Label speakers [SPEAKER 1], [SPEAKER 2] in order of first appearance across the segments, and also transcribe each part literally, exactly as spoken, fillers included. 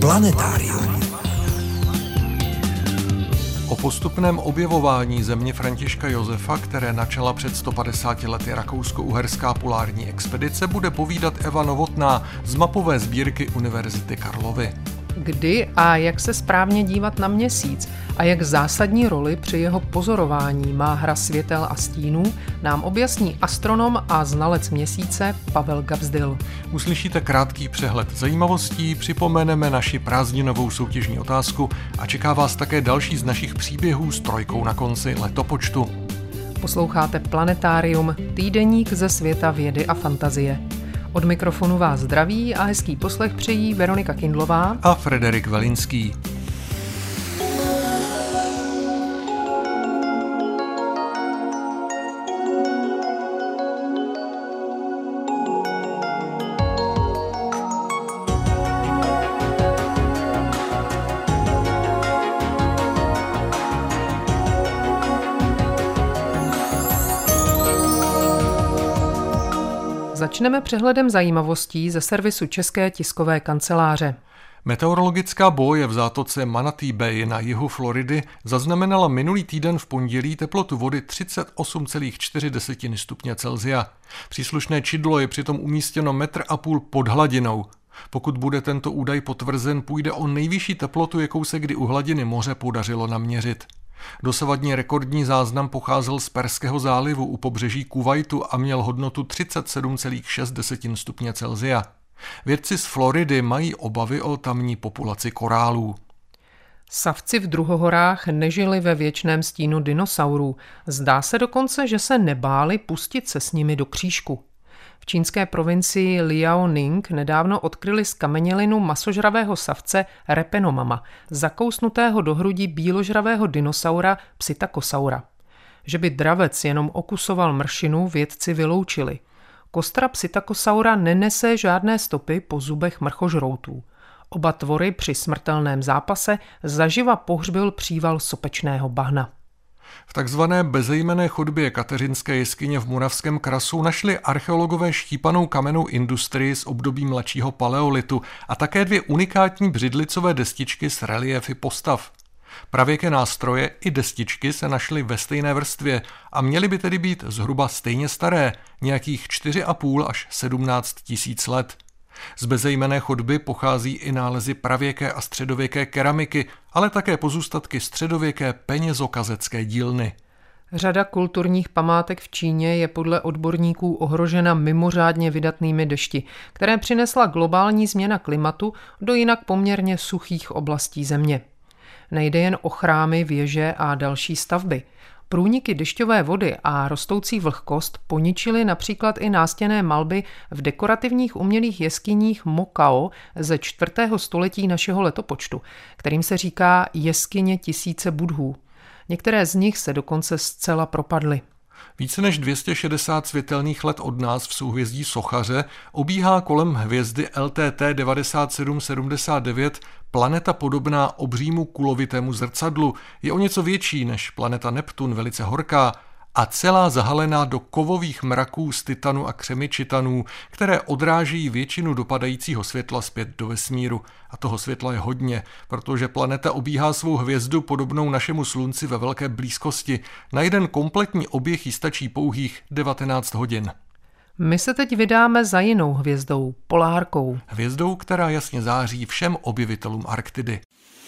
[SPEAKER 1] Planetárium.
[SPEAKER 2] O postupném objevování země Františka Josefa, které načala před sto padesáti lety rakousko-uherská polární expedice, bude povídat Eva Novotná z mapové sbírky Univerzity Karlovy.
[SPEAKER 3] Kdy a jak se správně dívat na Měsíc a jak zásadní roli při jeho pozorování má hra světel a stínů, nám objasní astronom a znalec Měsíce Pavel Gavzdil.
[SPEAKER 2] Uslyšíte krátký přehled zajímavostí, připomeneme naši prázdninovou soutěžní otázku a čeká vás také další z našich příběhů s trojkou na konci letopočtu.
[SPEAKER 3] Posloucháte Planetárium, týdeník ze světa vědy a fantazie. Od mikrofonu vás zdraví a hezký poslech přejí Veronika Kindlová
[SPEAKER 2] a Frederik Velinský.
[SPEAKER 3] Začneme přehledem zajímavostí ze servisu České tiskové kanceláře.
[SPEAKER 2] Meteorologická bóje v zátoce Manatee Bay na jihu Floridy zaznamenala minulý týden v pondělí teplotu vody třicet osm celá čtyři stupně Celsia. Příslušné čidlo je přitom umístěno metr a půl pod hladinou. Pokud bude tento údaj potvrzen, půjde o nejvyšší teplotu, jakou se kdy u hladiny moře podařilo naměřit. Dosavadní rekordní záznam pocházel z Perského zálivu u pobřeží Kuvajtu a měl hodnotu třicet sedm celá šest stupně Celsia. Vědci z Floridy mají obavy o tamní populaci korálů.
[SPEAKER 3] Savci v druhohorách nežili ve věčném stínu dinosaurů. Zdá se dokonce, že se nebáli pustit se s nimi do křížku. V čínské provincii Liaoning nedávno odkryli zkamenělinu masožravého savce Repenomama, zakousnutého do hrudi bíložravého dinosaura Psittacosaura. Že by dravec jenom okusoval mršinu, vědci vyloučili. Kostra Psittacosaura nenese žádné stopy po zubech mrchožroutů. Oba tvory při smrtelném zápase zaživa pohřbil příval sopečného bahna.
[SPEAKER 2] V takzvané bezejmenné chodbě Kateřinské jeskyně v Moravském Krasu našli archeologové štípanou kamennou industrii z období mladšího paleolitu a také dvě unikátní břidlicové destičky s reliéfy postav. Pravěké nástroje i destičky se našly ve stejné vrstvě a měly by tedy být zhruba stejně staré, nějakých čtyři a půl až sedmnáct tisíc let. Z bezejmenné chodby pochází i nálezy pravěké a středověké keramiky, ale také pozůstatky středověké penězokazecké dílny.
[SPEAKER 3] Řada kulturních památek v Číně je podle odborníků ohrožena mimořádně vydatnými dešti, které přinesla globální změna klimatu do jinak poměrně suchých oblastí země. Nejde jen o chrámy, věže a další stavby. Průniky dešťové vody a rostoucí vlhkost poničily například i nástěnné malby v dekorativních umělých jeskyních Mokao ze čtvrtého století našeho letopočtu, kterým se říká jeskyně tisíce budhů. Některé z nich se dokonce zcela propadly.
[SPEAKER 2] Více než dvě stě šedesát světelných let od nás v souhvězdí Sochaře obíhá kolem hvězdy L T T devadesát sedm sedmdesát devět planeta podobná obřímu kulovitému zrcadlu, je o něco větší než planeta Neptun, velice horká a celá zahalená do kovových mraků z titanu a křemičitanů, které odrážejí většinu dopadajícího světla zpět do vesmíru. A toho světla je hodně, protože planeta obíhá svou hvězdu podobnou našemu slunci ve velké blízkosti. Na jeden kompletní oběh jí stačí pouhých devatenáct hodin.
[SPEAKER 3] My se teď vydáme za jinou hvězdou, Polárkou.
[SPEAKER 2] Hvězdou, která jasně září všem objevitelům Arktidy.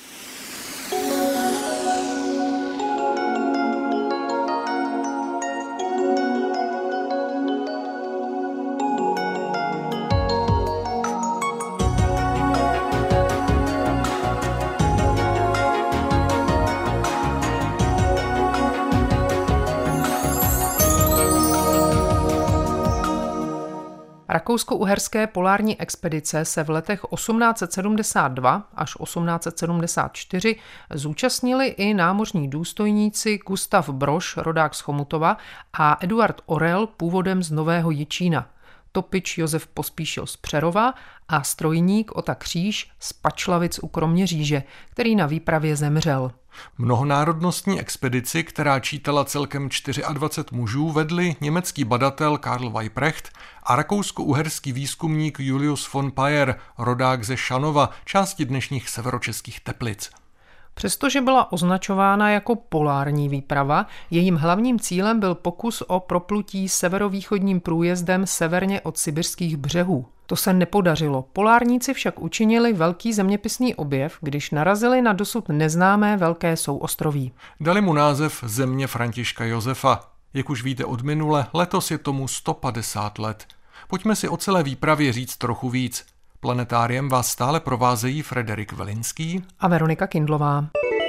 [SPEAKER 3] Rakousko-uherské polární expedice se v letech osmnáct set sedmdesát dva až osmnáct set sedmdesát čtyři zúčastnili i námořní důstojníci Gustav Brož, rodák z Chomutova, a Eduard Orel, původem z Nového Jičína, topič Josef Pospíšil z Přerova a strojník Ota Kříž z Pačlavic u Kroměříže, který na výpravě zemřel.
[SPEAKER 2] Mnohonárodnostní expedici, která čítala celkem dvacet čtyři mužů, vedli německý badatel Karl Weyprecht a rakousko-uherský výzkumník Julius von Payer, rodák ze Šanova, části dnešních severočeských Teplic.
[SPEAKER 3] Přestože byla označována jako polární výprava, jejím hlavním cílem byl pokus o proplutí severovýchodním průjezdem severně od sibirských břehů. To se nepodařilo. Polárníci však učinili velký zeměpisný objev, když narazili na dosud neznámé velké souostroví.
[SPEAKER 2] Dali mu název Země Františka Josefa. Jak už víte od minule, letos je tomu sto padesát let. Pojďme si o celé výpravě říct trochu víc. Planetáriem vás stále provázejí Frederik Velinský
[SPEAKER 3] a Veronika Kindlová.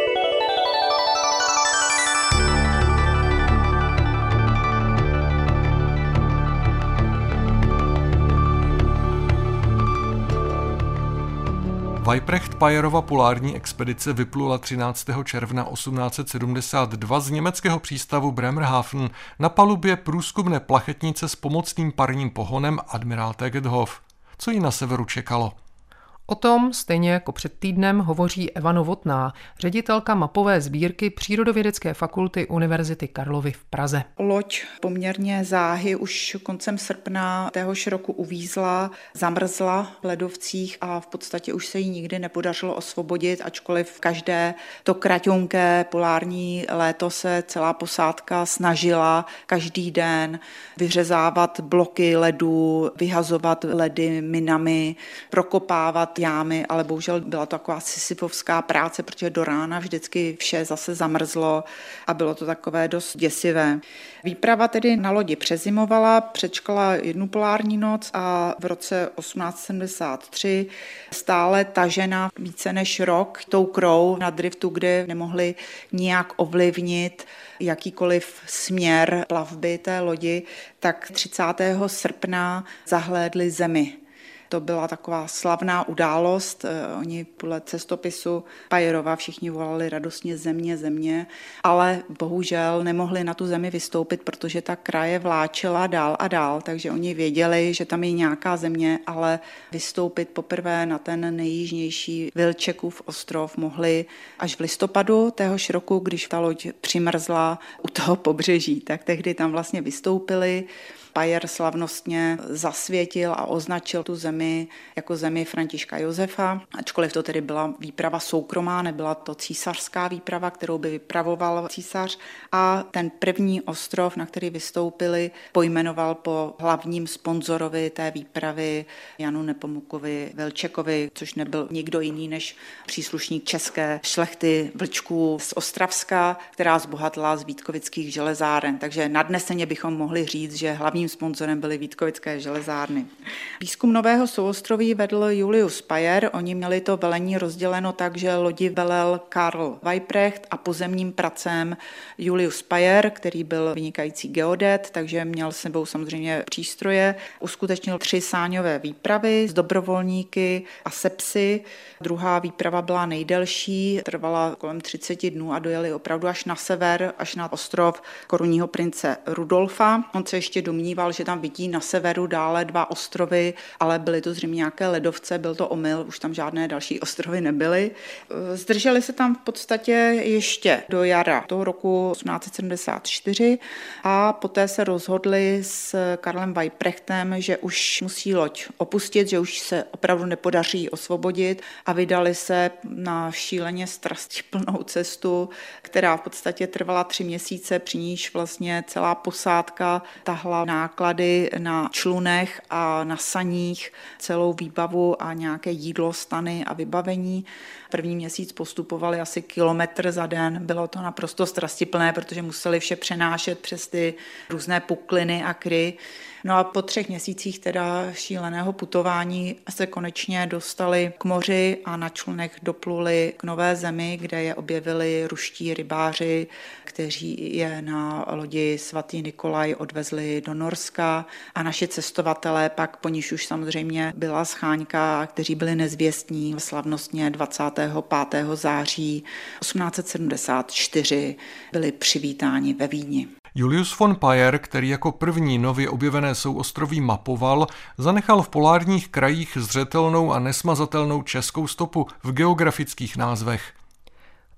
[SPEAKER 2] Weyprecht-Payerova polární expedice vyplula třináctého června osmnáct set sedmdesát dva z německého přístavu Bremerhaven na palubě průzkumné plachetnice s pomocným parním pohonem Admiral Tegethoff. Co jí na severu čekalo?
[SPEAKER 3] O tom, stejně jako před týdnem, hovoří Eva Novotná, ředitelka mapové sbírky Přírodovědecké fakulty Univerzity Karlovy v Praze.
[SPEAKER 1] Loď poměrně záhy už koncem srpna téhož roku uvízla, zamrzla v ledovcích a v podstatě už se jí nikdy nepodařilo osvobodit, ačkoliv v každé to kraťonké polární léto se celá posádka snažila každý den vyřezávat bloky ledů, vyhazovat ledy minami, prokopávat jámy, ale bohužel byla to taková sisyfovská práce, protože do rána vždycky vše zase zamrzlo a bylo to takové dost děsivé. Výprava tedy na lodi přezimovala, přečkala jednu polární noc a v roce osmnáct set sedmdesát tři stále tažena více než rok tou krou na driftu, kde nemohli nijak ovlivnit jakýkoliv směr plavby té lodi, tak třicátého srpna zahlédli zemi. To byla taková slavná událost. Oni podle cestopisu Payerova všichni volali radostně země, země, ale bohužel nemohli na tu zemi vystoupit, protože ta kraje vláčela dál a dál, takže oni věděli, že tam je nějaká země, ale vystoupit poprvé na ten nejjižnější Vilčekův ostrov mohli až v listopadu téhož roku, když ta loď přimrzla u toho pobřeží, tak tehdy tam vlastně vystoupili. Payer slavnostně zasvětil a označil tu zemi jako zemi Františka Josefa, ačkoliv to tedy byla výprava soukromá, nebyla to císařská výprava, kterou by vypravoval císař, a ten první ostrov, na který vystoupili, pojmenoval po hlavním sponzorovi té výpravy Janu Nepomukovi Vilčekovi, což nebyl nikdo jiný než příslušník české šlechty Vlčků z Ostravska, která zbohatla z vítkovických železáren. Takže nadneseně bychom mohli říct, že hlavní sponzorem byly Vítkovické železárny. Výzkum nového souostroví vedl Julius Payer. Oni měli to velení rozděleno tak, že lodi velel Karl Weyprecht a pozemním pracem Julius Payer, který byl vynikající geodet, takže měl s sebou samozřejmě přístroje. Uskutečnil tři sáňové výpravy s dobrovolníky a se psy. Druhá výprava byla nejdelší, trvala kolem třicet dnů a dojeli opravdu až na sever, až na ostrov korunního prince Rudolfa. On se ještě domníval, že tam vidí na severu dále dva ostrovy, ale byly to zřejmě nějaké ledovce, byl to omyl, už tam žádné další ostrovy nebyly. Zdrželi se tam v podstatě ještě do jara toho roku osmnáct set sedmdesát čtyři a poté se rozhodli s Karlem Weyprechtem, že už musí loď opustit, že už se opravdu nepodaří osvobodit a vydali se na šíleně strastiplnou cestu, která v podstatě trvala tři měsíce, při níž vlastně celá posádka tahla náklady na člunech a na saních, celou výbavu a nějaké jídlo, stany a vybavení. První měsíc postupovali asi kilometr za den. Bylo to naprosto strastiplné, protože museli vše přenášet přes ty různé pukliny a kry. No a po třech měsících teda šíleného putování se konečně dostali k moři a na člunech dopluli k Nové zemi, kde je objevili ruští rybáři, kteří je na lodi svatý Nikolaj odvezli do Norska a naši cestovatelé pak, po níž už samozřejmě byla scháňka, kteří byli nezvěstní, slavnostně dvacátého pátého září osmnáct set sedmdesát čtyři byli přivítáni ve Vídni.
[SPEAKER 2] Julius von Payer, který jako první nově objevené souostroví mapoval, zanechal v polárních krajích zřetelnou a nesmazatelnou českou stopu v geografických názvech.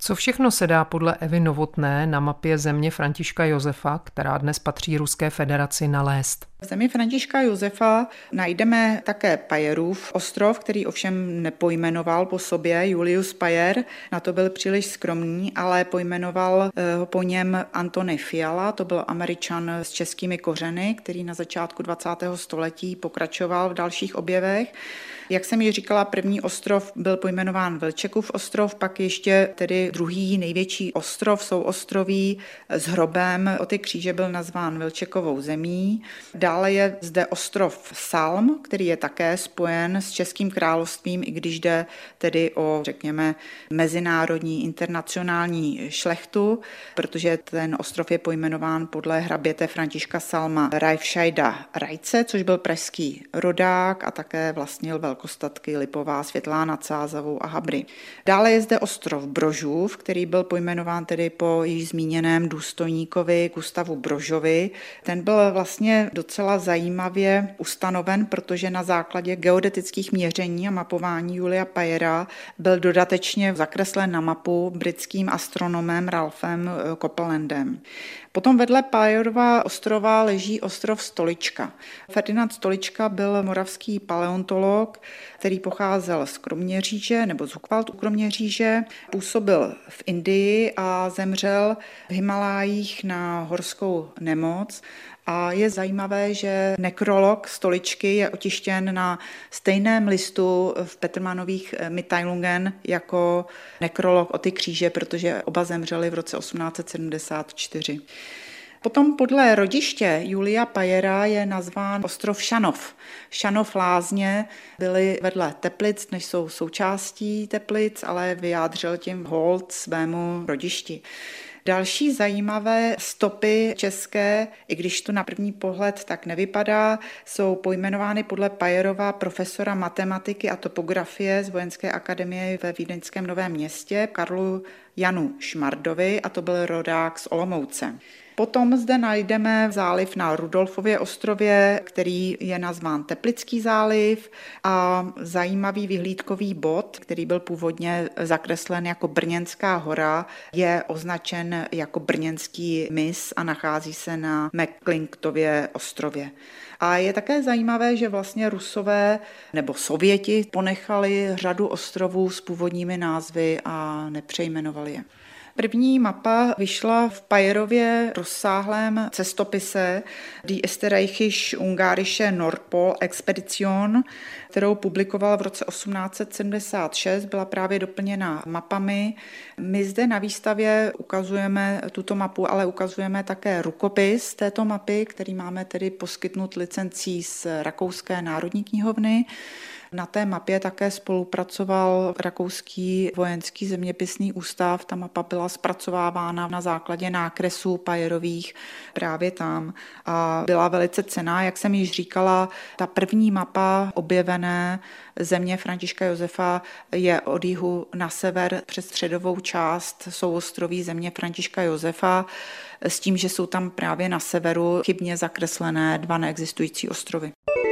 [SPEAKER 3] Co všechno se dá podle Evy Novotné na mapě země Františka Josefa, která dnes patří Ruské federaci, nalézt?
[SPEAKER 1] V zemi Františka Josefa najdeme také Pajerův ostrov, který ovšem nepojmenoval po sobě Julius Pajer, na to byl příliš skromný, ale pojmenoval ho po něm Antony Fiala, to byl Američan s českými kořeny, který na začátku dvacátého století pokračoval v dalších objevech. Jak jsem ji říkala, první ostrov byl pojmenován Vlčekův ostrov, pak ještě tedy druhý největší ostrov, souostroví s hrobem o ty kříže, byl nazván Vlčekovou zemí. Dále je zde ostrov Salm, který je také spojen s Českým královstvím, i když jde tedy o, řekněme, mezinárodní, internacionální šlechtu, protože ten ostrov je pojmenován podle hraběte Františka Salma Rajfšajda Rajce, což byl pražský rodák a také vlastnil velkostatky Lipová, Světlá nad Sázavou a Habry. Dále je zde ostrov Brožův, který byl pojmenován tedy po již zmíněném důstojníkovi Gustavu Brožovi. Ten byl vlastně docela zajímavě ustanoven, protože na základě geodetických měření a mapování Julia Pajera byl dodatečně zakreslen na mapu britským astronomem Ralphem Copelandem. Potom vedle Pajerova ostrova leží ostrov Stolička. Ferdinand Stolička byl moravský paleontolog, který pocházel z Kroměříže nebo z Hukvald u Kroměříže, působil v Indii a zemřel v Himalájích na horskou nemoc. A je zajímavé, že nekrolog Stoličky je otištěn na stejném listu v Petrmanových Mitteilungen jako nekrolog o ty kříže, protože oba zemřeli v roce osmnáct set sedmdesát čtyři. Potom podle rodiště Julia Pajera je nazván ostrov Šanov. Šanov lázně byly vedle Teplic, než jsou součástí Teplic, ale vyjádřil tím hold svému rodišti. Další zajímavé stopy české, i když to na první pohled tak nevypadá, jsou pojmenovány podle Pajerova profesora matematiky a topografie z Vojenské akademie ve Vídeňském Novém Městě, Karlu Janu Šmardovi, a to byl rodák z Olomouce. Potom zde najdeme záliv na Rudolfově ostrově, který je nazván Teplický záliv, a zajímavý vyhlídkový bod, který byl původně zakreslen jako Brněnská hora, je označen jako Brněnský mys a nachází se na McClinktově ostrově. A je také zajímavé, že vlastně Rusové nebo Sověti ponechali řadu ostrovů s původními názvy a nepřejmenovali je. První mapa vyšla v Pajerově rozsáhlém cestopise Die Österreichische Ungarische Nordpol Expedition, kterou publikoval v roce osmnáct set sedmdesát šest, byla právě doplněna mapami. My zde na výstavě ukazujeme tuto mapu, ale ukazujeme také rukopis této mapy, který máme tedy poskytnut licencí z Rakouské národní knihovny. Na té mapě také spolupracoval Rakouský vojenský zeměpisný ústav. Ta mapa byla zpracovávána na základě nákresů Pajerových právě tam a byla velice cenná. Jak jsem již říkala, ta první mapa objevené země Františka Josefa je od jihu na sever přes středovou část souostroví země Františka Josefa, s tím, že jsou tam právě na severu chybně zakreslené dva neexistující ostrovy.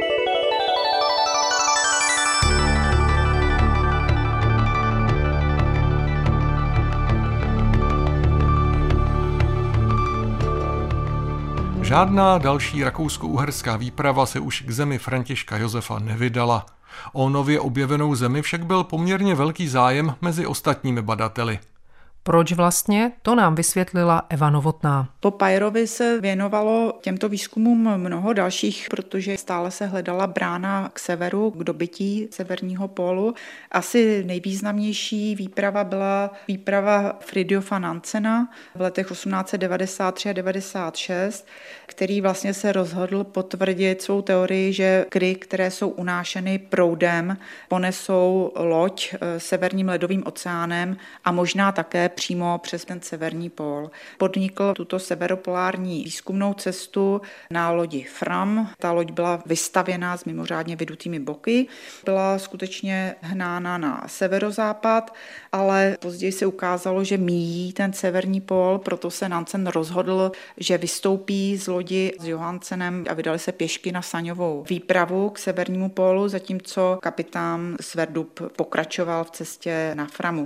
[SPEAKER 2] Žádná další rakousko-uherská výprava se už k zemi Františka Josefa nevydala. O nově objevenou zemi však byl poměrně velký zájem mezi ostatními badateli.
[SPEAKER 3] Proč vlastně, to nám vysvětlila Eva Novotná.
[SPEAKER 1] Po Pajerovi se věnovalo těmto výzkumům mnoho dalších, protože stále se hledala brána k severu, k dobytí severního pólu. Asi nejvýznamnější výprava byla výprava Fridtjofa Nansena v letech osmnáct set devadesát tři a devadesát šest, který vlastně se rozhodl potvrdit svou teorii, že kry, které jsou unášeny proudem, ponesou loď severním ledovým oceánem a možná také přímo přes ten severní pól. Podnikl tuto severopolární výzkumnou cestu na lodi Fram. Ta loď byla vystavěná s mimořádně vydutými boky. Byla skutečně hnána na severozápad, ale později se ukázalo, že míjí ten severní pól, proto se Nansen rozhodl, že vystoupí z lodi s Johansenem a vydali se pěšky na saňovou výpravu k severnímu pólu, zatímco kapitán Sverdrup pokračoval v cestě na Framu.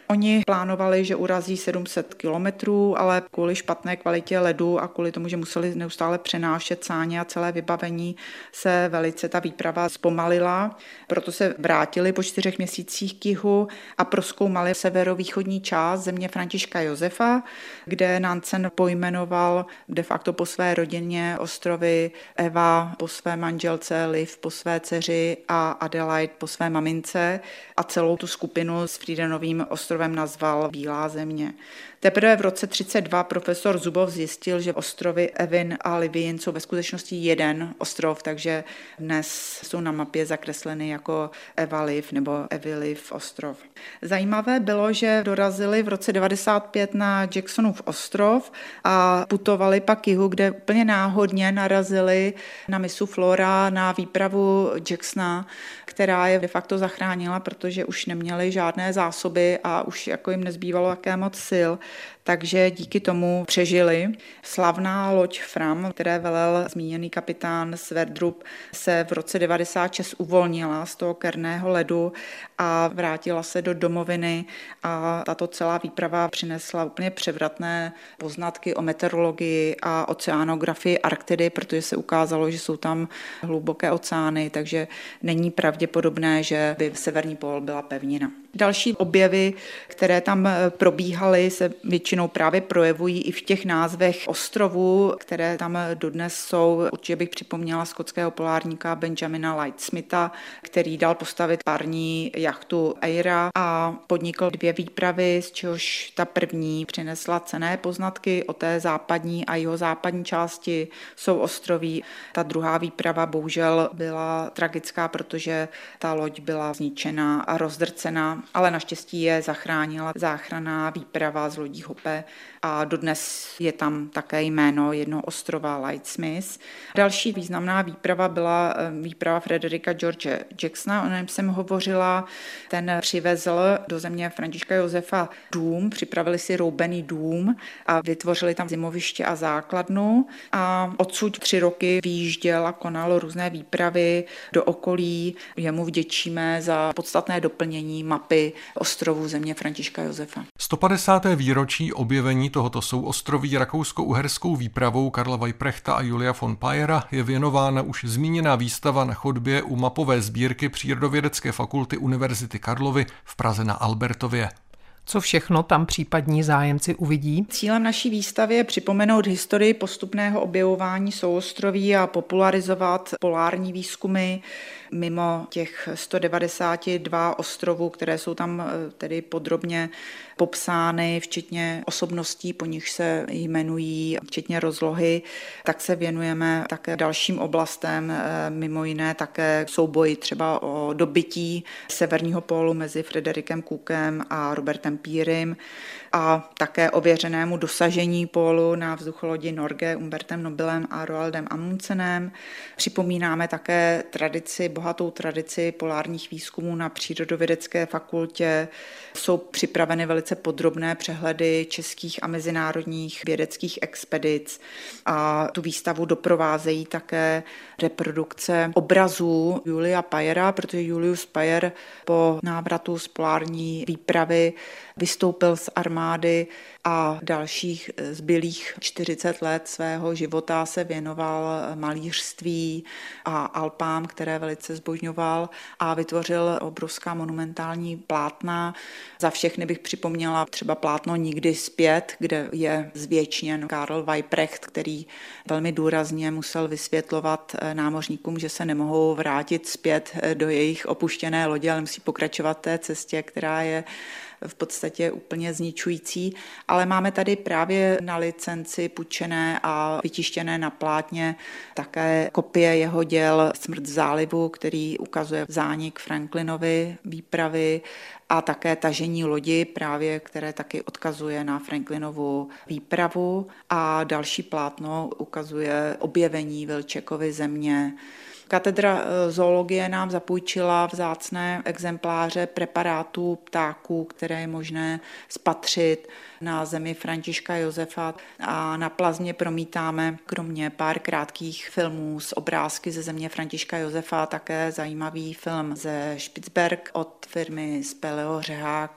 [SPEAKER 1] Oni plánovali, že urazí sedm set kilometrů, ale kvůli špatné kvalitě ledu a kvůli tomu, že museli neustále přenášet sáně a celé vybavení, se velice ta výprava zpomalila. Proto se vrátili po čtyřech měsících k jihu a prozkoumali severovýchodní část země Františka Josefa, kde Nansen pojmenoval de facto po své rodině ostrovy, Eva po své manželce, Liv po své dceři a Adelaide po své mamince a celou tu skupinu s Friedenovým ostrovem nazval Bílá země. Teprve v roce třicet dva profesor Zubov zjistil, že ostrovy Evin a Livin jsou ve skutečnosti jeden ostrov, takže dnes jsou na mapě zakresleny jako Eva Liv nebo Evy Liv ostrov. Zajímavé bylo, že dorazili v roce devadesát pět na Jacksonův ostrov a putovali pak jihu, kde úplně náhodně narazili na mysu Flora na výpravu Jacksona, která je de facto zachránila, protože už neměli žádné zásoby a už jako jim nezbývalo jaké moc sil. Takže díky tomu přežili. Slavná loď Fram, které velel zmíněný kapitán Sverdrup, se v roce devadesát šest uvolnila z toho kerného ledu a vrátila se do domoviny a tato celá výprava přinesla úplně převratné poznatky o meteorologii a oceánografii Arktidy, protože se ukázalo, že jsou tam hluboké oceány, takže není pravděpodobné, že by severní pól byla pevnina. Další objevy, které tam probíhaly, se většinou právě projevují i v těch názvech ostrovů, které tam dodnes jsou. Určitě bych připomněla skotského polárníka Benjamina Lightsmitha, který dal postavit parní jachtu Eira a podnikl dvě výpravy, z čehož ta první přinesla cenné poznatky o té západní a jihozápadní části souostroví. Ta druhá výprava bohužel byla tragická, protože ta loď byla zničena a rozdrcená, ale naštěstí je zachránila záchranná výprava z lodí Hope a dodnes je tam také jméno jednoho ostrova Lightsmith. Další významná výprava byla výprava Frederika George Jacksona, o něm jsem hovořila. Ten přivezl do země Františka Josefa dům, připravili si roubený dům a vytvořili tam zimoviště a základnu a odsud tři roky vyjížděl a konal různé výpravy do okolí. Jemu vděčíme za podstatné doplnění mapy ostrovů země Františka Josefa.
[SPEAKER 2] sto padesáté výročí objevení tohoto souostroví rakousko-uherskou výpravou Karla Weyprechta a Julia von Payera je věnována už zmíněná výstava na chodbě u mapové sbírky Přírodovědecké fakulty Univerzity Karlovy v Praze na Albertově.
[SPEAKER 3] Co všechno tam případní zájemci uvidí?
[SPEAKER 1] Cílem naší výstavy je připomenout historii postupného objevování souostroví a popularizovat polární výzkumy mimo těch sto devadesát dva ostrovů, které jsou tam tedy podrobně popsány, včetně osobností, po nich se jmenují, včetně rozlohy, tak se věnujeme také dalším oblastem, mimo jiné také souboji třeba o dobytí severního pólu mezi Frederikem Cookem a Robertem Pearym a také ověřenému dosažení pólu na vzducholodi Norge Umbertem Nobelem a Roaldem Amundsenem. Připomínáme také tradici, bohatou tradici polárních výzkumů na Přírodovědecké fakultě. Jsou připraveny velice podrobné přehledy českých a mezinárodních vědeckých expedic a tu výstavu doprovázejí také reprodukce obrazů Julia Payera, protože Julius Payer po návratu z polární výpravy vystoupil z armády a dalších zbylých čtyřicet let svého života se věnoval malířství a alpám, které velice zbožňoval a vytvořil obrovská monumentální plátna. Za všechny bych připomněla třeba plátno Nikdy zpět, kde je zvěčněn Karl Weyprecht, který velmi důrazně musel vysvětlovat námořníkům, že se nemohou vrátit zpět do jejich opuštěné lodě, ale musí pokračovat té cestě, která je v podstatě úplně zničující, ale máme tady právě na licenci půjčené a vytištěné na plátně také kopie jeho děl Smrt v zálivu, který ukazuje zánik Franklinovy výpravy a také tažení lodi, právě které taky odkazuje na Franklinovu výpravu a další plátno ukazuje objevení Wilckekovy země. Katedra zoologie nám zapůjčila vzácné exempláře preparátů ptáků, které je možné spatřit na zemi Františka Josefa a na plazmě promítáme kromě pár krátkých filmů z obrázky ze země Františka Josefa také zajímavý film ze Špicberg od firmy Speleo Řehák,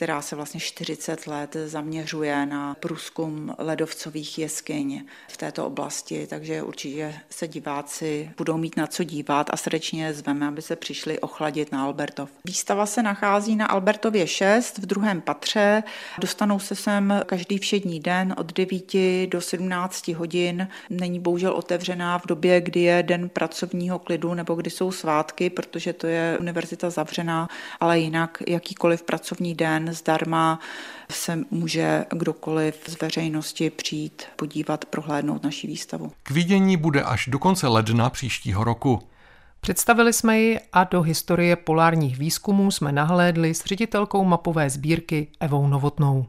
[SPEAKER 1] která se vlastně čtyřicet let zaměřuje na průzkum ledovcových jeskyň v této oblasti, takže určitě se diváci budou mít na co dívat a srdečně zveme, aby se přišli ochladit na Albertov. Výstava se nachází na Albertově šest v druhém patře. Dostanou se sem každý všední den od devíti do sedmnácti hodin. Není bohužel otevřená v době, kdy je den pracovního klidu nebo kdy jsou svátky, protože to je univerzita zavřená, ale jinak jakýkoliv pracovní den zdarma se může kdokoliv z veřejnosti přijít, podívat, prohlédnout naši výstavu.
[SPEAKER 2] K vidění bude až do konce ledna příštího roku.
[SPEAKER 3] Představili jsme ji a do historie polárních výzkumů jsme nahlédli s ředitelkou mapové sbírky Evou Novotnou.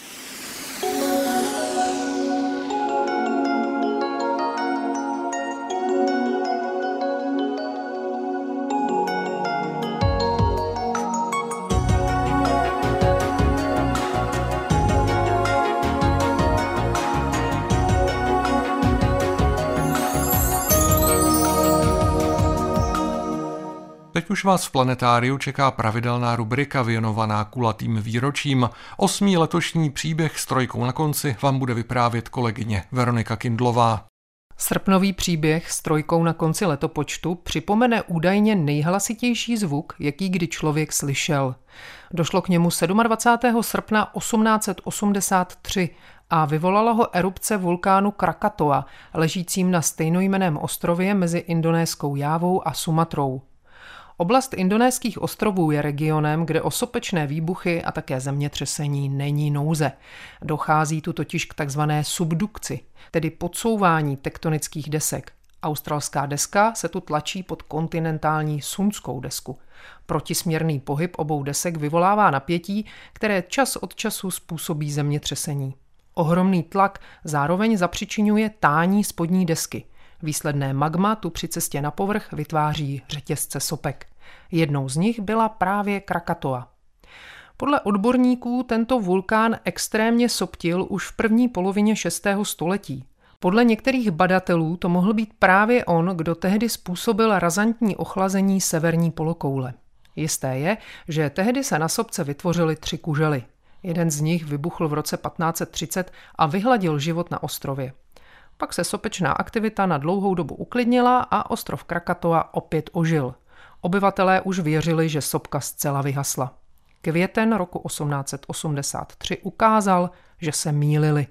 [SPEAKER 2] Teď už vás v Planetáriu čeká pravidelná rubrika věnovaná kulatým výročím. Osmý letošní příběh s trojkou na konci vám bude vyprávět kolegyně Veronika Kindlová.
[SPEAKER 3] Srpnový příběh s trojkou na konci letopočtu připomene údajně nejhlasitější zvuk, jaký kdy člověk slyšel. Došlo k němu dvacátého sedmého srpna osmnáct set osmdesát tři a vyvolala ho erupce vulkánu Krakatoa, ležícím na stejnojmenném ostrově mezi Indonéskou Jávou a Sumatrou. Oblast indonéských ostrovů je regionem, kde o sopečné výbuchy a také zemětřesení není nouze. Dochází tu totiž k takzvané subdukci, tedy podsouvání tektonických desek. Australská deska se tu tlačí pod kontinentální sunskou desku. Protisměrný pohyb obou desek vyvolává napětí, které čas od času způsobí zemětřesení. Ohromný tlak zároveň zapřičiňuje tání spodní desky. Výsledné magma tu při cestě na povrch vytváří řetězce sopek. Jednou z nich byla právě Krakatoa. Podle odborníků tento vulkán extrémně soptil už v první polovině šestého století. Podle některých badatelů to mohl být právě on, kdo tehdy způsobil razantní ochlazení severní polokoule. Jisté je, že tehdy se na sopce vytvořily tři kužely. Jeden z nich vybuchl v roce patnáct set třicet a vyhladil život na ostrově. Pak se sopečná aktivita na dlouhou dobu uklidnila a ostrov Krakatoa opět ožil. Obyvatelé už věřili, že sopka zcela vyhasla. Květen roku osmnáct set osmdesát tři ukázal, že se mýlili.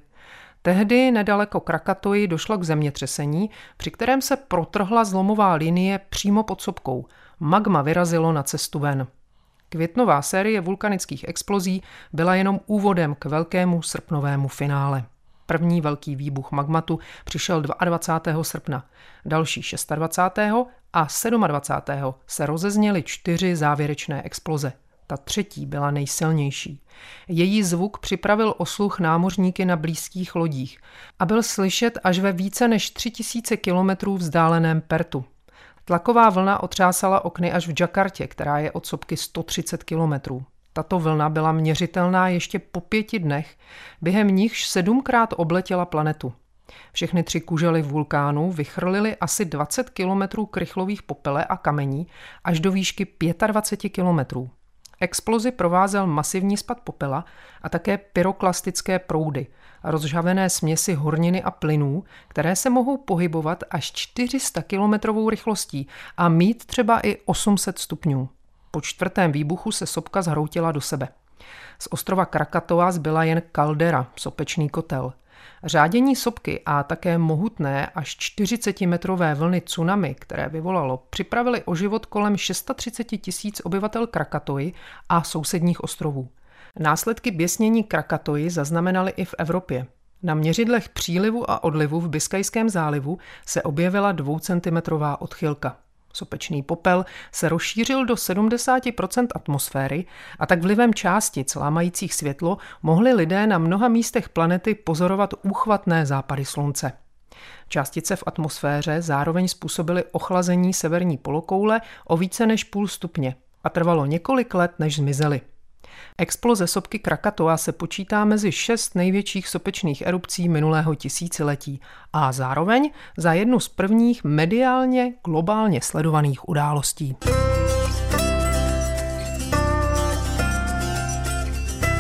[SPEAKER 3] Tehdy nedaleko Krakatoji došlo k zemětřesení, při kterém se protrhla zlomová linie přímo pod sopkou. Magma vyrazilo na cestu ven. Květnová série vulkanických explozí byla jenom úvodem k velkému srpnovému finále. První velký výbuch magmatu přišel dvacátého druhého srpna, další dvacátého šestého a dvacátého sedmého se rozezněly čtyři závěrečné exploze. Ta třetí byla nejsilnější. Její zvuk připravil o sluch námořníky na blízkých lodích a byl slyšet až ve více než tři tisíce kilometrů vzdáleném Pertu. Tlaková vlna otřásala okny až v Jakartě, která je od sopky sto třicet kilometrů. Tato vlna byla měřitelná ještě po pěti dnech, během nichž sedmkrát obletěla planetu. Všechny tři kužely vulkánu vychrlily asi dvacet kilometrů krychlových popele a kamení až do výšky dvacet pět kilometrů. Explozi provázel masivní spad popela a také pyroklastické proudy, rozžhavené směsi horniny a plynů, které se mohou pohybovat až čtyři sta kilometrovou rychlostí a mít třeba i osm set stupňů. Po čtvrtém výbuchu se sopka zhroutila do sebe. Z ostrova Krakatoa zbyla jen kaldera, sopečný kotel. Řádění sopky a také mohutné až čtyřicetimetrové vlny tsunami, které vyvolalo, připravili o život kolem třicet šest tisíc obyvatel Krakatoji a sousedních ostrovů. Následky běsnění Krakatoji zaznamenali i v Evropě. Na měřidlech přílivu a odlivu v Biskajském zálivu se objevila dvoucentimetrová odchylka. Sopečný popel se rozšířil do sedmdesát procent atmosféry a tak vlivem částic lámajících světlo mohli lidé na mnoha místech planety pozorovat úchvatné západy slunce. Částice v atmosféře zároveň způsobily ochlazení severní polokoule o více než půl stupně a trvalo několik let, než zmizely. Exploze sopky Krakatoa se počítá mezi šest největších sopečných erupcí minulého tisíciletí a zároveň za jednu z prvních mediálně globálně sledovaných událostí.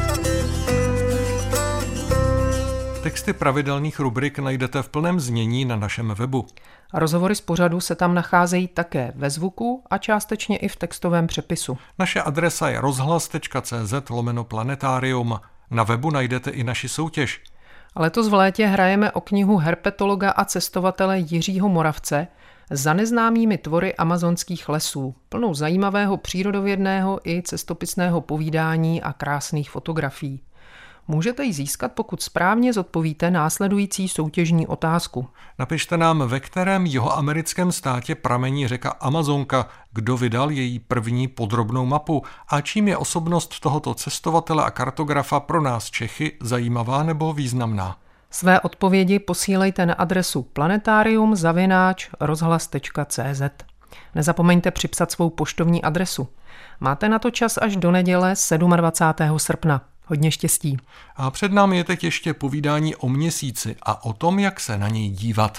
[SPEAKER 2] Texty pravidelných rubrik najdete v plném znění na našem webu.
[SPEAKER 3] Rozhovory z pořadu se tam nacházejí také ve zvuku a částečně i v textovém přepisu.
[SPEAKER 2] Naše adresa je rozhlas tečka cé zet lomeno planetarium. Na webu najdete i naši soutěž.
[SPEAKER 3] Letos v létě hrajeme o knihu herpetologa a cestovatele Jiřího Moravce Za neznámými tvory amazonských lesů, plnou zajímavého přírodovědného i cestopisného povídání a krásných fotografií. Můžete ji získat, pokud správně zodpovíte následující soutěžní otázku.
[SPEAKER 2] Napište nám, ve kterém jihoamerickém státě pramení řeka Amazonka, kdo vydal její první podrobnou mapu a čím je osobnost tohoto cestovatele a kartografa pro nás Čechy zajímavá nebo významná.
[SPEAKER 3] Své odpovědi posílejte na adresu planetarium zavináč rozhlas tečka cé zet. Nezapomeňte připsat svou poštovní adresu. Máte na to čas až do neděle dvacátého sedmého srpna. Hodně štěstí.
[SPEAKER 2] A před námi je teď ještě povídání o měsíci a o tom, jak se na něj dívat.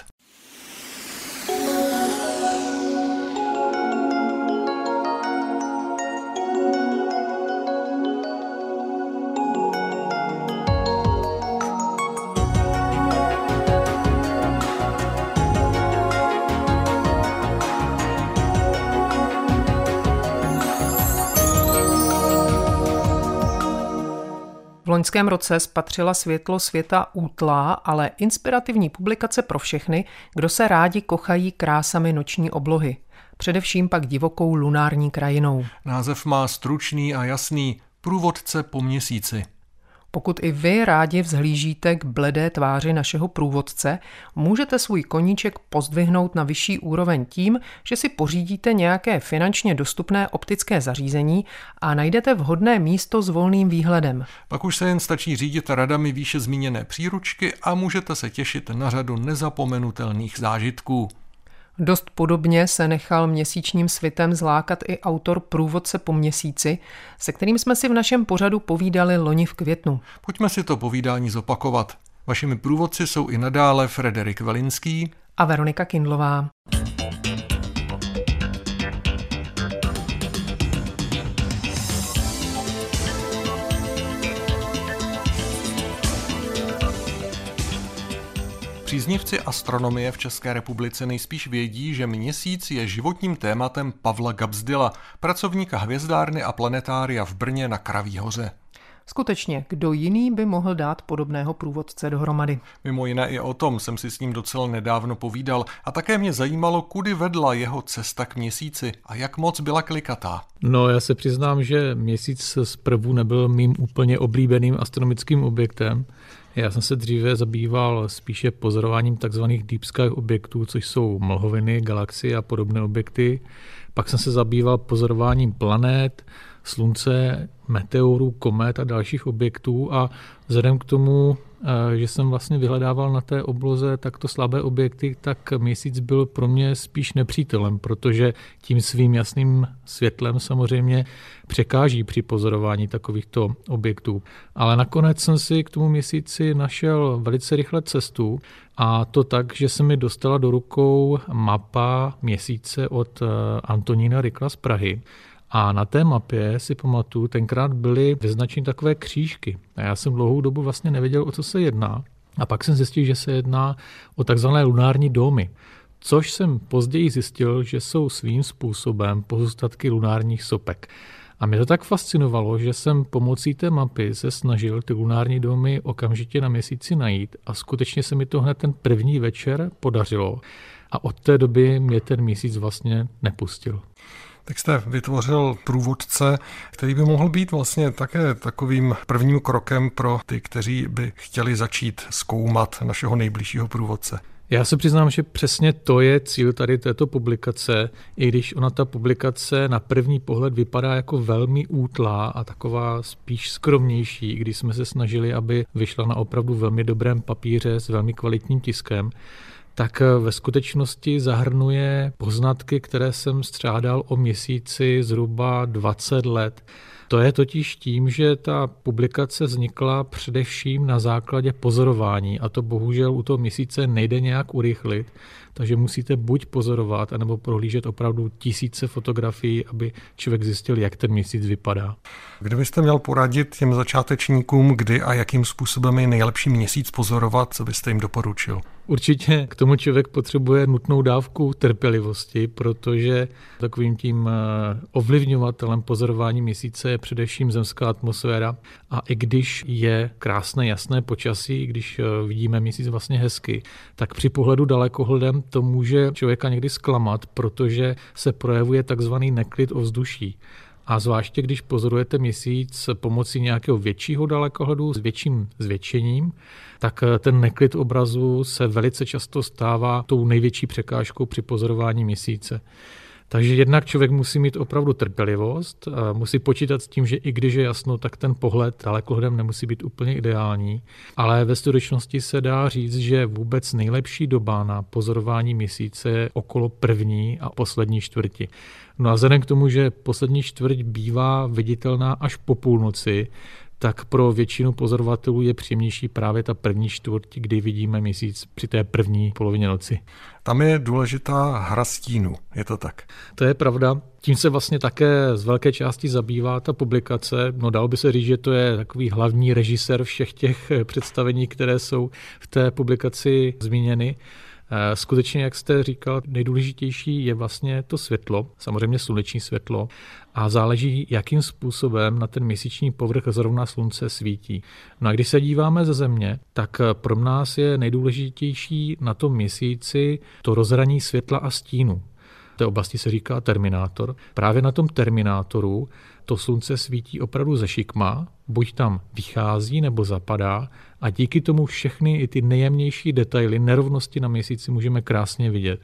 [SPEAKER 3] V loňském roce spatřila světlo světa útlá, ale inspirativní publikace pro všechny, kdo se rádi kochají krásami noční oblohy. Především pak divokou lunární krajinou.
[SPEAKER 2] Název má stručný a jasný: Průvodce po měsíci.
[SPEAKER 3] Pokud i vy rádi vzhlížíte k bledé tváři našeho průvodce, můžete svůj koníček pozdvihnout na vyšší úroveň tím, že si pořídíte nějaké finančně dostupné optické zařízení a najdete vhodné místo s volným výhledem.
[SPEAKER 2] Pak už se jen stačí řídit radami výše zmíněné příručky a můžete se těšit na řadu nezapomenutelných zážitků.
[SPEAKER 3] Dost podobně se nechal měsíčním svitem zlákat i autor Průvodce po měsíci, se kterým jsme si v našem pořadu povídali loni v květnu.
[SPEAKER 2] Pojďme si to povídání zopakovat. Vašimi průvodci jsou i nadále Frederik Velinský
[SPEAKER 3] a Veronika Kindlová.
[SPEAKER 2] Příznivci astronomie v České republice nejspíš vědí, že měsíc je životním tématem Pavla Gabsdila, pracovníka hvězdárny a planetária v Brně na Kraví hoře.
[SPEAKER 3] Skutečně, kdo jiný by mohl dát podobného průvodce dohromady?
[SPEAKER 2] Mimo jiné i o tom jsem si s ním docela nedávno povídal a také mě zajímalo, kudy vedla jeho cesta k měsíci a jak moc byla klikatá.
[SPEAKER 4] No, já se přiznám, že měsíc zprvu nebyl mým úplně oblíbeným astronomickým objektem. Já jsem se dříve zabýval spíše pozorováním tzv. Deep sky objektů, což jsou mlhoviny, galaxie a podobné objekty. Pak jsem se zabýval pozorováním planet, slunce, meteorů, komet a dalších objektů a vzhledem k tomu, že jsem vlastně vyhledával na té obloze takto slabé objekty, tak měsíc byl pro mě spíš nepřítelem, protože tím svým jasným světlem samozřejmě překáží při pozorování takovýchto objektů. Ale nakonec jsem si k tomu měsíci našel velice rychle cestu a to tak, že se mi dostala do rukou mapa měsíce od Antonína Rykla z Prahy. A na té mapě si pamatuju, tenkrát byly vyznačeny takové křížky. A já jsem dlouhou dobu vlastně nevěděl, o co se jedná. A pak jsem zjistil, že se jedná o takzvané lunární domy. Což jsem později zjistil, že jsou svým způsobem pozůstatky lunárních sopek. A mě to tak fascinovalo, že jsem pomocí té mapy se snažil ty lunární domy okamžitě na měsíci najít a skutečně se mi to hned ten první večer podařilo. A od té doby mě ten měsíc vlastně nepustil.
[SPEAKER 2] Tak jste vytvořil průvodce, který by mohl být vlastně také takovým prvním krokem pro ty, kteří by chtěli začít zkoumat našeho nejbližšího průvodce.
[SPEAKER 4] Já se přiznám, že přesně to je cíl tady této publikace, i když ona ta publikace na první pohled vypadá jako velmi útlá a taková spíš skromnější, když jsme se snažili, aby vyšla na opravdu velmi dobrém papíře s velmi kvalitním tiskem, tak ve skutečnosti zahrnuje poznatky, které jsem střádal o měsíci zhruba dvacet let. To je totiž tím, že ta publikace vznikla především na základě pozorování a to bohužel u toho měsíce nejde nějak urychlit, takže musíte buď pozorovat, anebo prohlížet opravdu tisíce fotografií, aby člověk zjistil, jak ten měsíc vypadá.
[SPEAKER 2] Kdybyste měl poradit těm začátečníkům, kdy a jakým způsobem je nejlepší měsíc pozorovat, co byste jim doporučil?
[SPEAKER 4] Určitě k tomu člověk potřebuje nutnou dávku trpělivosti, protože takovým tím ovlivňovatelem pozorování měsíce je především zemská atmosféra a i když je krásné jasné počasí, když vidíme měsíc vlastně hezky, tak při pohledu dalekohledem to může člověka někdy zklamat, protože se projevuje takzvaný neklid ovzduší. A zvláště, když pozorujete měsíc pomocí nějakého většího dalekohledu s větším zvětšením, tak ten neklid obrazu se velice často stává tou největší překážkou při pozorování měsíce. Takže jednak člověk musí mít opravdu trpělivost, musí počítat s tím, že i když je jasno, tak ten pohled dalekohledem nemusí být úplně ideální, ale ve skutečnosti se dá říct, že vůbec nejlepší doba na pozorování měsíce je okolo první a poslední čtvrti. No a vzhledem k tomu, že poslední čtvrť bývá viditelná až po půlnoci, tak pro většinu pozorovatelů je příjemnější právě ta první čtvrť, kdy vidíme měsíc při té první polovině noci.
[SPEAKER 2] Tam je důležitá hra stínu, je to tak?
[SPEAKER 4] To je pravda. Tím se vlastně také z velké části zabývá ta publikace. No dalo by se říct, že to je takový hlavní režisér všech těch představení, které jsou v té publikaci zmíněny. Skutečně, jak jste říkal, nejdůležitější je vlastně to světlo, samozřejmě sluneční světlo a záleží, jakým způsobem na ten měsíční povrch zrovna slunce svítí. No a když se díváme ze Země, tak pro nás je nejdůležitější na tom měsíci to rozhraní světla a stínu. V té oblasti se říká terminátor. Právě na tom terminátoru to slunce svítí opravdu ze šikma, buď tam vychází nebo zapadá a díky tomu všechny i ty nejjemnější detaily, nerovnosti na měsíci můžeme krásně vidět.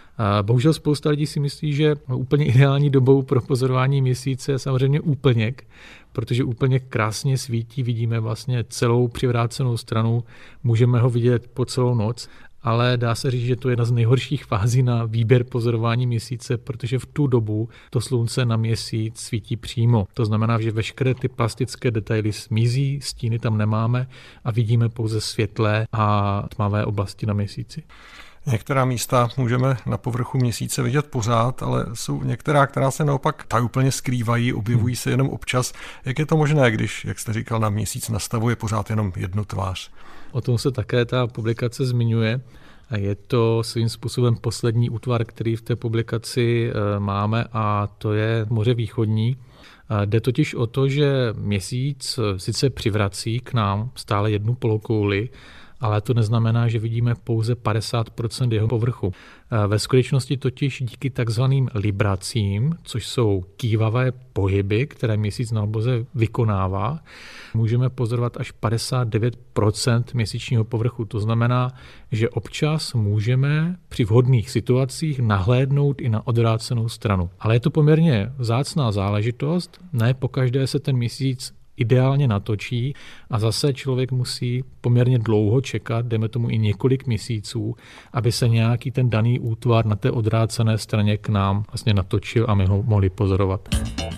[SPEAKER 4] A bohužel spousta lidí si myslí, že úplně ideální dobou pro pozorování měsíce je samozřejmě úplněk, protože úplně krásně svítí, vidíme vlastně celou přivrácenou stranu, můžeme ho vidět po celou noc, ale dá se říct, že to je jedna z nejhorších fází na výběr pozorování měsíce, protože v tu dobu to slunce na měsíc svítí přímo. To znamená, že veškeré ty plastické detaily zmizí, stíny tam nemáme a vidíme pouze světlé a tmavé oblasti na měsíci.
[SPEAKER 2] Některá místa můžeme na povrchu měsíce vidět pořád, ale jsou některá, která se naopak tak úplně skrývají, objevují se jenom občas. Jak je to možné, když, jak jste říkal, na měsíc nastavuje pořád jenom jednu tvář?
[SPEAKER 4] O tom se také ta publikace zmiňuje. Je to svým způsobem poslední útvar, který v té publikaci máme a to je moře východní. Jde totiž o to, že měsíc sice přivrací k nám stále jednu polokouli, ale to neznamená, že vidíme pouze padesát procent jeho povrchu. Ve skutečnosti totiž díky takzvaným libracím, což jsou kývavé pohyby, které měsíc na obloze vykonává, můžeme pozorovat až padesát devět procent měsíčního povrchu. To znamená, že občas můžeme při vhodných situacích nahlédnout i na odvrácenou stranu. Ale je to poměrně vzácná záležitost, ne pokaždé se ten měsíc ideálně natočí a zase člověk musí poměrně dlouho čekat, dejme tomu i několik měsíců, aby se nějaký ten daný útvar na té odvrácené straně k nám vlastně natočil a my ho mohli pozorovat.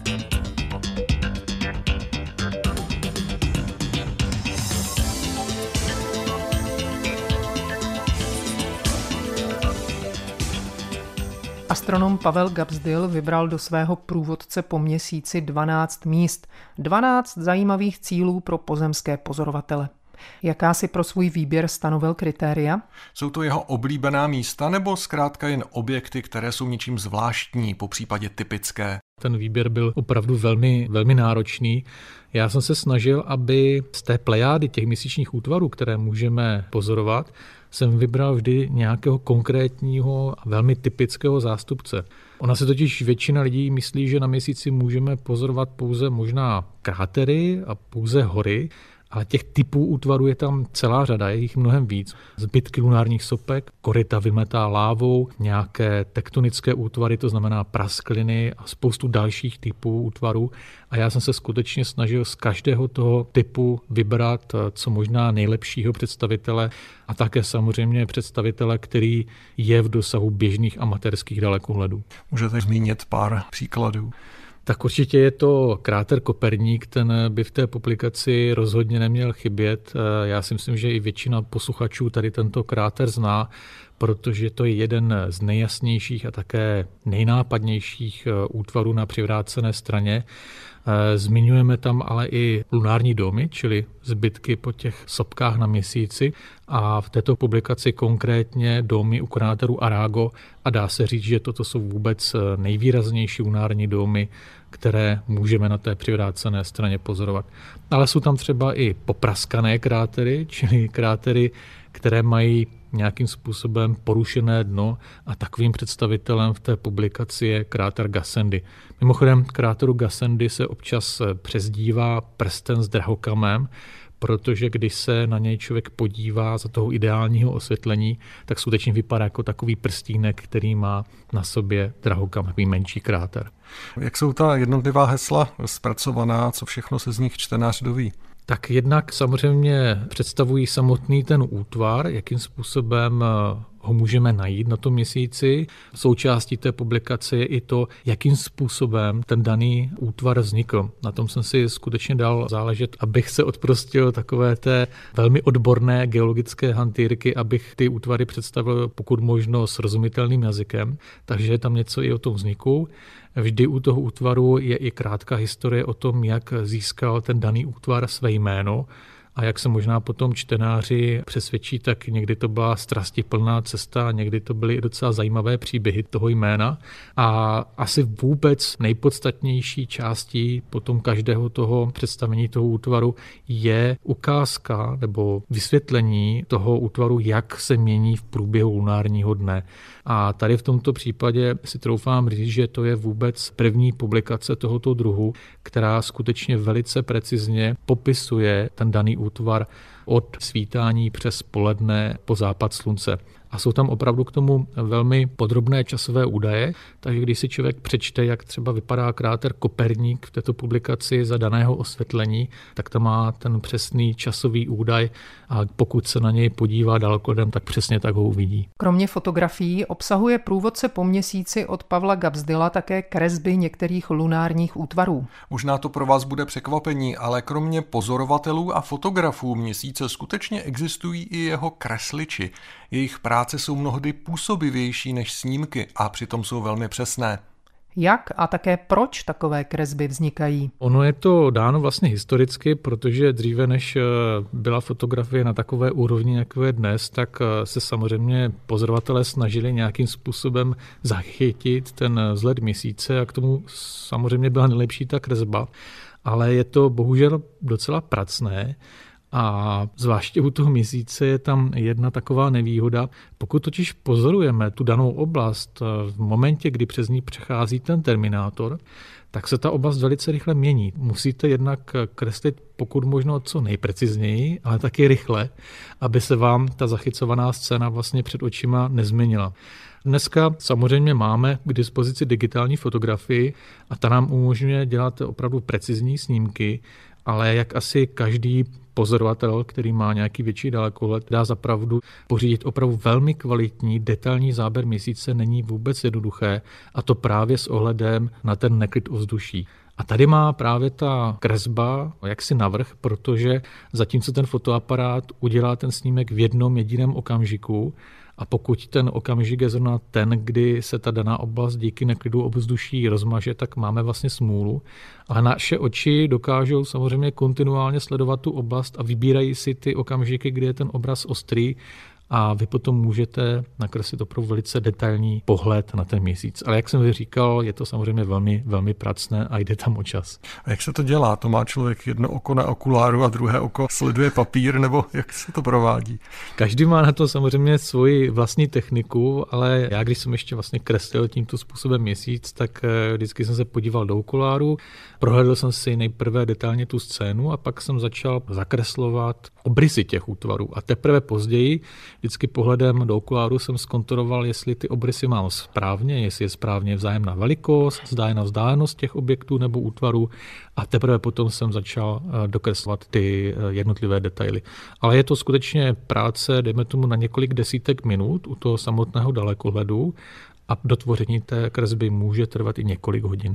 [SPEAKER 3] Astronom Pavel Gabsdil vybral do svého průvodce po měsíci dvanáct míst, dvanáct zajímavých cílů pro pozemské pozorovatele. Jaká si pro svůj výběr stanovil kritéria?
[SPEAKER 2] Jsou to jeho oblíbená místa nebo zkrátka jen objekty, které jsou něčím zvláštní, popřípadě typické?
[SPEAKER 4] Ten výběr byl opravdu velmi, velmi náročný. Já jsem se snažil, aby z té plejády těch měsíčních útvarů, které můžeme pozorovat, jsem vybral vždy nějakého konkrétního a velmi typického zástupce. Ona se totiž většina lidí myslí, že na měsíci můžeme pozorovat pouze možná krátery a pouze hory, ale těch typů útvarů je tam celá řada, je jich mnohem víc. Zbytky lunárních sopek, koryta vymetá lávou, nějaké tektonické útvary, to znamená praskliny a spoustu dalších typů útvarů. A já jsem se skutečně snažil z každého toho typu vybrat co možná nejlepšího představitele a také samozřejmě představitele, který je v dosahu běžných amatérských dalekohledů.
[SPEAKER 2] Můžete zmínit pár příkladů?
[SPEAKER 4] Tak určitě je to kráter Koperník, ten by v té publikaci rozhodně neměl chybět. Já si myslím, že i většina posluchačů tady tento kráter zná, protože to je jeden z nejjasnějších a také nejnápadnějších útvarů na přivrácené straně. Zmiňujeme tam ale i lunární domy, čili zbytky po těch sopkách na Měsíci, a v této publikaci konkrétně domy u kráteru Arago, a dá se říct, že toto jsou vůbec nejvýraznější lunární domy, které můžeme na té přivrácené straně pozorovat. Ale jsou tam třeba i popraskané krátery, čili krátery, které mají nějakým způsobem porušené dno, a takovým představitelem v té publikaci je kráter Gassendi. Mimochodem, kráteru Gassendi se občas přezdívá prsten s drahokamem, protože když se na něj člověk podívá za toho ideálního osvětlení, tak skutečně vypadá jako takový prstínek, který má na sobě drahokam, takový menší kráter.
[SPEAKER 2] Jak jsou ta jednotlivá hesla zpracovaná, co všechno se z nich čtenář doví?
[SPEAKER 4] Tak jednak samozřejmě představují samotný ten útvar, jakým způsobem ho můžeme najít na tom Měsíci. Součástí té publikace je i to, jakým způsobem ten daný útvar vznikl. Na tom jsem si skutečně dal záležet, abych se odprostil takové té velmi odborné geologické hantýrky, abych ty útvary představil pokud možno srozumitelným jazykem. Takže je tam něco i o tom vzniku. Vždy u toho útvaru je i krátká historie o tom, jak získal ten daný útvar své jméno. A jak se možná potom čtenáři přesvědčí, tak někdy to byla strastiplná cesta, někdy to byly i docela zajímavé příběhy toho jména. A asi vůbec nejpodstatnější částí potom každého toho představení toho útvaru je ukázka nebo vysvětlení toho útvaru, jak se mění v průběhu lunárního dne. A tady v tomto případě si troufám říct, že to je vůbec první publikace tohoto druhu, která skutečně velice precizně popisuje ten daný útvar od svítání přes poledne po západ slunce. A jsou tam opravdu k tomu velmi podrobné časové údaje, takže když si člověk přečte, jak třeba vypadá kráter Koperník v této publikaci za daného osvětlení, tak tam má ten přesný časový údaj, a pokud se na něj podívá dalekohledem, tak přesně tak ho uvidí.
[SPEAKER 3] Kromě fotografií obsahuje průvodce po Měsíci od Pavla Gabsdyla také kresby některých lunárních útvarů.
[SPEAKER 2] Možná to pro vás bude překvapení, ale kromě pozorovatelů a fotografů Měsíce skutečně existují i jeho kresliči. Jejich práce jsou mnohdy působivější než snímky a přitom jsou velmi přesné.
[SPEAKER 3] Jak a také proč takové kresby vznikají?
[SPEAKER 4] Ono je to dáno vlastně historicky, protože dříve než byla fotografie na takové úrovni, jako je dnes, tak se samozřejmě pozorovatelé snažili nějakým způsobem zachytit ten vzhled Měsíce, a k tomu samozřejmě byla nejlepší ta kresba, ale je to bohužel docela pracné. A zvláště u toho Měsíce je tam jedna taková nevýhoda. Pokud totiž pozorujeme tu danou oblast v momentě, kdy přes ní přechází ten terminátor, tak se ta oblast velice rychle mění. Musíte jednak kreslit pokud možno co nejprecizněji, ale taky rychle, aby se vám ta zachycovaná scéna vlastně před očima nezměnila. Dneska samozřejmě máme k dispozici digitální fotografii a ta nám umožňuje dělat opravdu precizní snímky, ale jak asi každý pozorovatel, který má nějaký větší dalekohled, dá za pravdu, pořídit opravdu velmi kvalitní, detailní záběr Měsíce není vůbec jednoduché, a to právě s ohledem na ten neklid ovzduší. A tady má právě ta kresba jaksi navrch, protože zatímco ten fotoaparát udělá ten snímek v jednom jediném okamžiku, a pokud ten okamžik je zrovna ten, kdy se ta daná oblast díky neklidu ovzduší rozmaže, tak máme vlastně smůlu. Ale naše oči dokážou samozřejmě kontinuálně sledovat tu oblast a vybírají si ty okamžiky, kdy je ten obraz ostrý, a vy potom můžete nakreslit opravdu velice detailní pohled na ten Měsíc. Ale jak jsem říkal, je to samozřejmě velmi, velmi pracné a jde tam o čas.
[SPEAKER 2] A jak se to dělá? To má člověk jedno oko na okuláru a druhé oko sleduje papír, nebo jak se to provádí?
[SPEAKER 4] Každý má na to samozřejmě svoji vlastní techniku, ale já, když jsem ještě vlastně kreslil tímto způsobem Měsíc, tak vždycky jsem se podíval do okuláru, prohlédl jsem si nejprve detailně tu scénu a pak jsem začal zakreslovat obrysy těch útvarů. A teprve později vždycky pohledem do okuláru jsem zkontroloval, jestli ty obrysy mám správně, jestli je správně vzájemná velikost, vzájemná vzdálenost těch objektů nebo útvarů, a teprve potom jsem začal dokreslovat ty jednotlivé detaily. Ale je to skutečně práce, dejme tomu, na několik desítek minut u toho samotného dalekohledu, a dotvoření té kresby může trvat i několik hodin.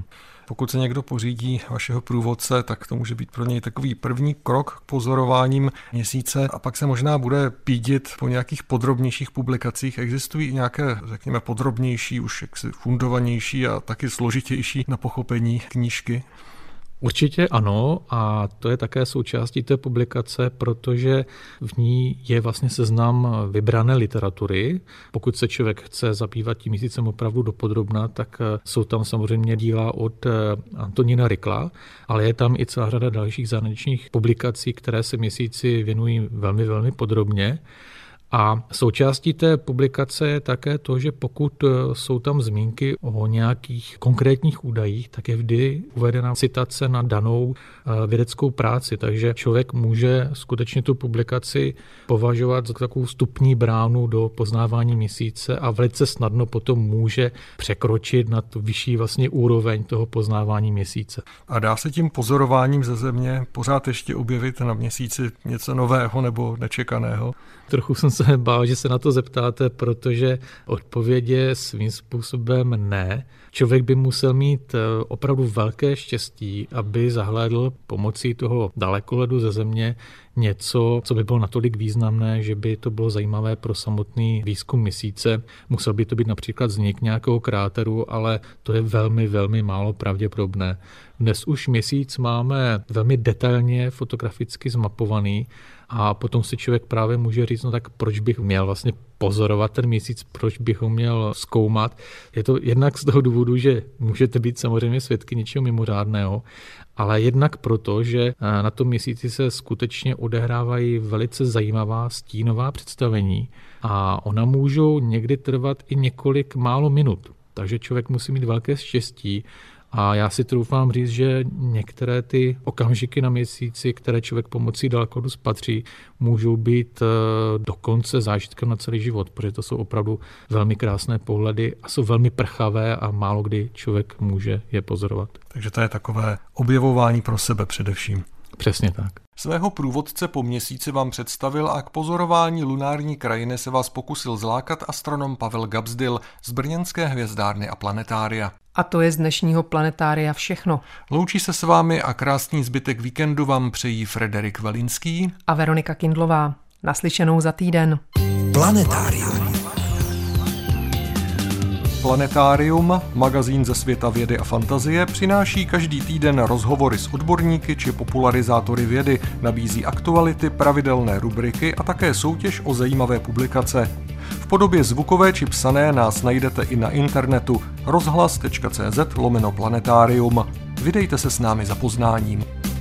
[SPEAKER 2] Pokud se někdo pořídí vašeho průvodce, tak to může být pro něj takový první krok k pozorováním Měsíce a pak se možná bude pídit po nějakých podrobnějších publikacích. Existují nějaké, řekněme, podrobnější, už jaksi fundovanější a taky složitější na pochopení knížky?
[SPEAKER 4] Určitě ano, a to je také součástí té publikace, protože v ní je vlastně seznam vybrané literatury. Pokud se člověk chce zabývat tím Měsícem opravdu dopodrobna, tak jsou tam samozřejmě díla od Antonína Rikla, ale je tam i celá řada dalších zahraničních publikací, které se Měsíci věnují velmi, velmi podrobně. A součástí té publikace je také to, že pokud jsou tam zmínky o nějakých konkrétních údajích, tak je vždy uvedena citace na danou vědeckou práci. Takže člověk může skutečně tu publikaci považovat za takovou vstupní bránu do poznávání Měsíce a velice snadno potom může překročit na tu vyšší vlastně úroveň toho poznávání Měsíce.
[SPEAKER 2] A dá se tím pozorováním ze Země pořád ještě objevit na Měsíci něco nového nebo nečekaného?
[SPEAKER 4] Trochu jsem se bál, že se na to zeptáte, protože odpověď je svým způsobem ne. Člověk by musel mít opravdu velké štěstí, aby zahlédl pomocí toho dalekohledu ze Země něco, co by bylo natolik významné, že by to bylo zajímavé pro samotný výzkum Měsíce. Musel by to být například vznik nějakého kráteru, ale to je velmi, velmi málo pravděpodobné. Dnes už Měsíc máme velmi detailně fotograficky zmapovaný a potom si člověk právě může říct, no tak proč bych měl vlastně pozorovat ten Měsíc, proč bych ho měl zkoumat. Je to jednak z toho důvodu, že můžete být samozřejmě svědky něčeho mimořádného, ale jednak proto, že na tom Měsíci se skutečně odehrávají velice zajímavá stínová představení a ona můžou někdy trvat i několik málo minut. Takže člověk musí mít velké štěstí. A já si troufám říct, že některé ty okamžiky na Měsíci, které člověk pomocí dalekohledu spatří, můžou být dokonce zážitkem na celý život, protože to jsou opravdu velmi krásné pohledy a jsou velmi prchavé a málo kdy člověk může je pozorovat.
[SPEAKER 2] Takže to je takové objevování pro sebe především.
[SPEAKER 4] Přesně tak.
[SPEAKER 2] Svého průvodce po Měsíci vám představil a k pozorování lunární krajiny se vás pokusil zlákat astronom Pavel Gabsdil z brněnské hvězdárny a planetária.
[SPEAKER 3] A to je z dnešního planetária všechno.
[SPEAKER 2] Loučí se s vámi a krásný zbytek víkendu vám přejí Frederik Velinský
[SPEAKER 3] a Veronika Kindlová. Naslyšenou za týden.
[SPEAKER 2] Planetárium. Planetárium, magazín ze světa vědy a fantazie, přináší každý týden rozhovory s odborníky či popularizátory vědy, nabízí aktuality, pravidelné rubriky a také soutěž o zajímavé publikace. V podobě zvukové či psané nás najdete i na internetu rozhlas tečka cé zet lomeno planetárium. Vydejte se s námi za poznáním.